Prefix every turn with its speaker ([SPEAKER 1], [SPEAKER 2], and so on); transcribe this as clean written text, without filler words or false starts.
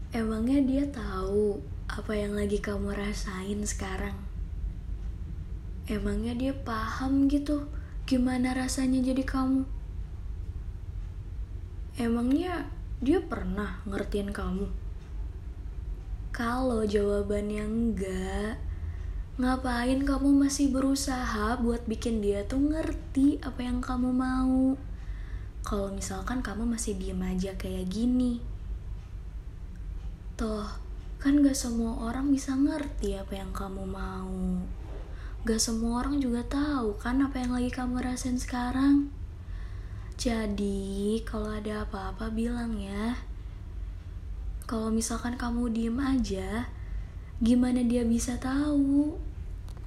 [SPEAKER 1] Emangnya dia tahu apa yang lagi kamu rasain sekarang? Emangnya dia paham gitu gimana rasanya jadi kamu? Emangnya dia pernah ngertiin kamu? Kalau jawabannya enggak, ngapain kamu masih berusaha buat bikin dia tuh ngerti apa yang kamu mau? Kalau misalkan kamu masih diem aja kayak gini, toh kan gak semua orang bisa ngerti apa yang kamu mau. Gak semua orang juga tahu kan apa yang lagi kamu rasain sekarang. Jadi kalau ada apa-apa bilang ya. Kalau misalkan kamu diem aja, gimana dia bisa tahu?